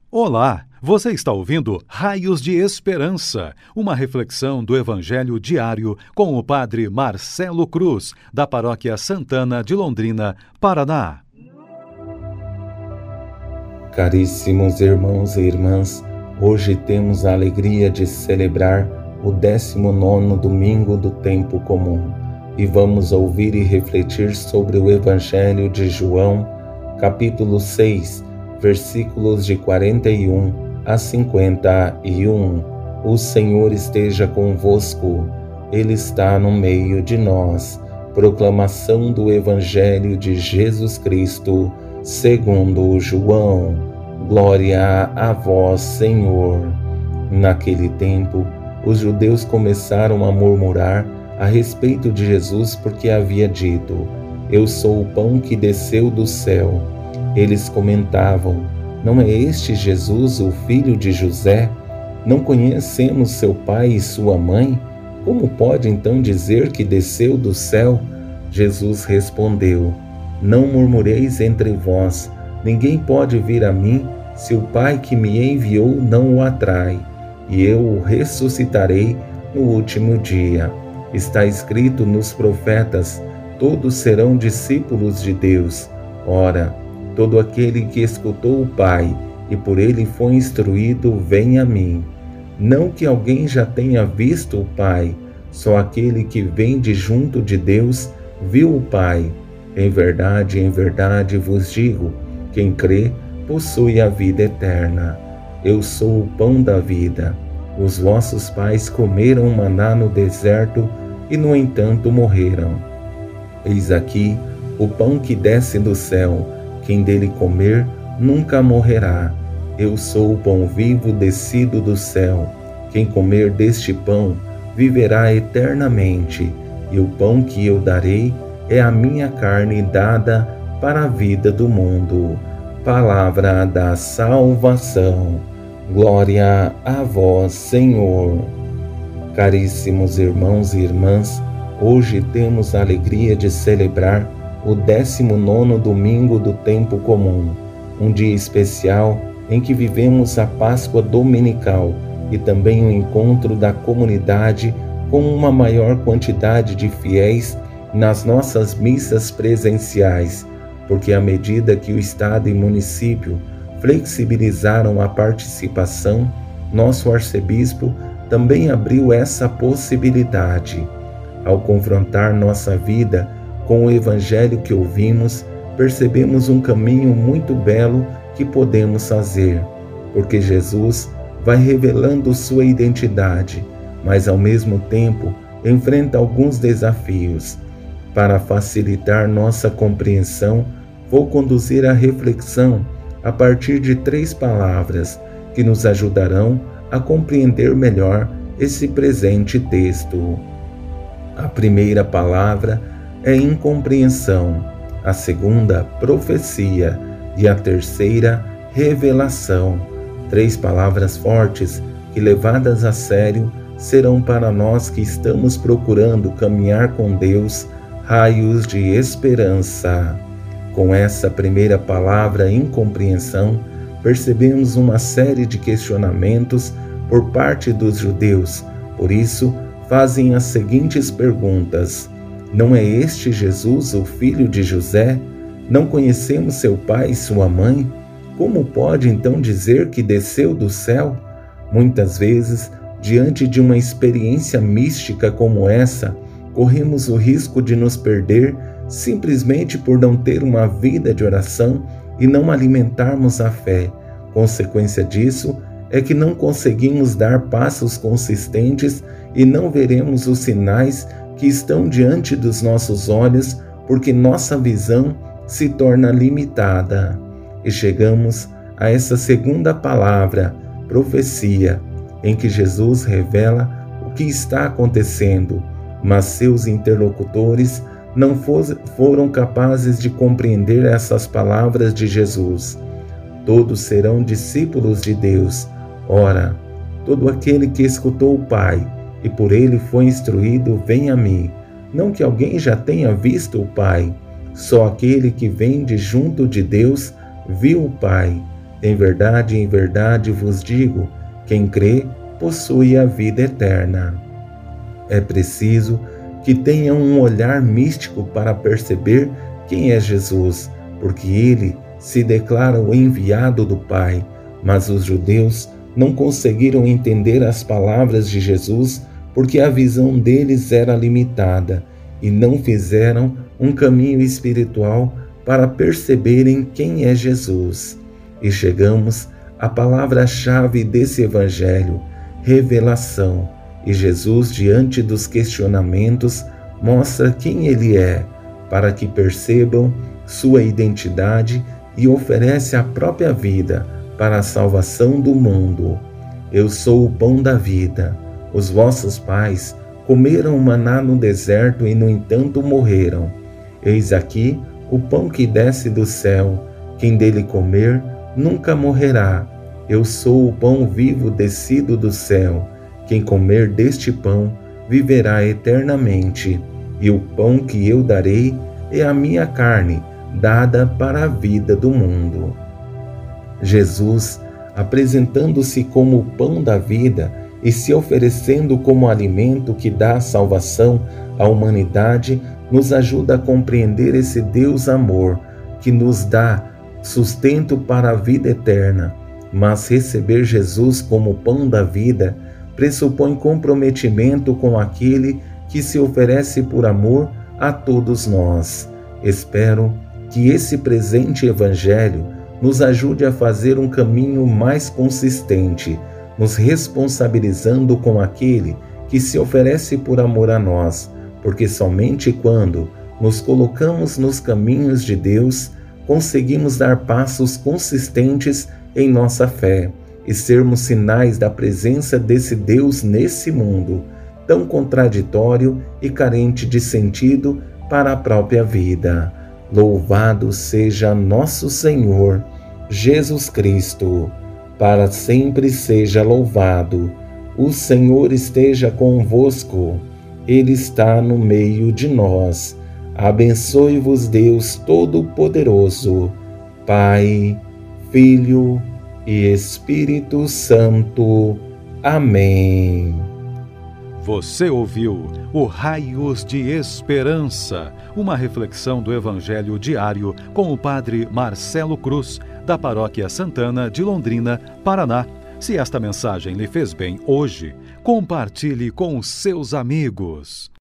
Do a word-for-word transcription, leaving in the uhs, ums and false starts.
Olá, você está ouvindo Raios de Esperança, uma reflexão do Evangelho diário com o Padre Marcelo Cruz, da Paróquia Santana de Londrina, Paraná. Caríssimos irmãos e irmãs, hoje temos a alegria de celebrar o décimo nono domingo do tempo comum e vamos ouvir e refletir sobre o Evangelho de João, capítulo seis, versículos de quarenta e um a cinquenta e um. O Senhor esteja convosco, Ele está no meio de nós. Proclamação do Evangelho de Jesus Cristo, segundo João. Glória a vós, Senhor. Naquele tempo, os judeus começaram a murmurar a respeito de Jesus porque havia dito: Eu sou o pão que desceu do céu. Eles comentavam: Não é este Jesus, o filho de José? Não conhecemos seu pai e sua mãe? Como pode então dizer que desceu do céu? Jesus respondeu: Não murmureis entre vós. Ninguém pode vir a mim se o Pai que me enviou não o atrai, e eu o ressuscitarei no último dia. Está escrito nos profetas: todos serão discípulos de Deus. Ora, todo aquele que escutou o Pai e por ele foi instruído, vem a mim. Não que alguém já tenha visto o Pai, só aquele que vem de junto de Deus viu o Pai. Em verdade, em verdade vos digo, quem crê possui a vida eterna. Eu sou o pão da vida. Os vossos pais comeram maná no deserto e, no entanto, morreram. Eis aqui o pão que desce do céu. Quem dele comer nunca morrerá. Eu sou o pão vivo descido do céu. Quem comer deste pão viverá eternamente, e o pão que eu darei é a minha carne dada para a vida do mundo. Palavra da salvação. Glória a vós, Senhor. Caríssimos irmãos e irmãs, hoje temos a alegria de celebrar o décimo nono domingo do tempo comum, um dia especial em que vivemos a Páscoa dominical e também o encontro da comunidade com uma maior quantidade de fiéis nas nossas missas presenciais, porque à medida que o Estado e município flexibilizaram a participação, nosso arcebispo também abriu essa possibilidade. Ao confrontar nossa vida com o Evangelho que ouvimos, percebemos um caminho muito belo que podemos fazer, porque Jesus vai revelando sua identidade, mas ao mesmo tempo enfrenta alguns desafios. Para facilitar nossa compreensão, vou conduzir a reflexão a partir de três palavras que nos ajudarão a compreender melhor esse presente texto. A primeira palavra é incompreensão, a segunda, profecia, e a terceira, revelação. Três palavras fortes que, levadas a sério, serão para nós que estamos procurando caminhar com Deus raios de esperança. Com essa primeira palavra, incompreensão, percebemos uma série de questionamentos por parte dos judeus. Por isso, fazem as seguintes perguntas: Não é este Jesus, o filho de José? Não conhecemos seu pai e sua mãe? Como pode então dizer que desceu do céu? Muitas vezes, diante de uma experiência mística como essa, corremos o risco de nos perder simplesmente por não ter uma vida de oração e não alimentarmos a fé. Consequência disso é que não conseguimos dar passos consistentes e não veremos os sinais que estão diante dos nossos olhos, porque nossa visão se torna limitada. E chegamos a essa segunda palavra, profecia, em que Jesus revela o que está acontecendo, mas seus interlocutores não foram capazes de compreender essas palavras de Jesus. Todos serão discípulos de Deus. Ora, todo aquele que escutou o Pai e por ele foi instruído, vem a mim. Não que alguém já tenha visto o Pai, só aquele que vem de junto de Deus viu o Pai. Em verdade, em verdade vos digo, quem crê possui a vida eterna. É preciso que tenha um olhar místico para perceber quem é Jesus, porque ele se declara o enviado do Pai, mas os judeus não conseguiram entender as palavras de Jesus porque a visão deles era limitada e não fizeram um caminho espiritual para perceberem quem é Jesus. E chegamos à palavra-chave desse evangelho, revelação. E Jesus, diante dos questionamentos, mostra quem ele é, para que percebam sua identidade e oferece a própria vida para a salvação do mundo. Eu sou o pão da vida. Os vossos pais comeram maná no deserto e, no entanto, morreram. Eis aqui o pão que desce do céu. Quem dele comer nunca morrerá. Eu sou o pão vivo descido do céu. Quem comer deste pão viverá eternamente. E o pão que eu darei é a minha carne, dada para a vida do mundo. Jesus, apresentando-se como o pão da vida e se oferecendo como alimento que dá salvação à humanidade, nos ajuda a compreender esse Deus amor que nos dá sustento para a vida eterna. Mas receber Jesus como pão da vida pressupõe comprometimento com aquele que se oferece por amor a todos nós. Espero que esse presente evangelho nos ajude a fazer um caminho mais consistente, nos responsabilizando com aquele que se oferece por amor a nós, porque somente quando nos colocamos nos caminhos de Deus, conseguimos dar passos consistentes em nossa fé e sermos sinais da presença desse Deus nesse mundo, tão contraditório e carente de sentido para a própria vida. Louvado seja nosso Senhor Jesus Cristo, para sempre seja louvado. O Senhor esteja convosco, Ele está no meio de nós. Abençoe-vos Deus Todo-Poderoso, Pai, Filho e Espírito Santo. Amém. Você ouviu o Raios de Esperança, uma reflexão do Evangelho diário com o Padre Marcelo Cruz, da Paróquia Santana de Londrina, Paraná. Se esta mensagem lhe fez bem hoje, compartilhe com os seus amigos.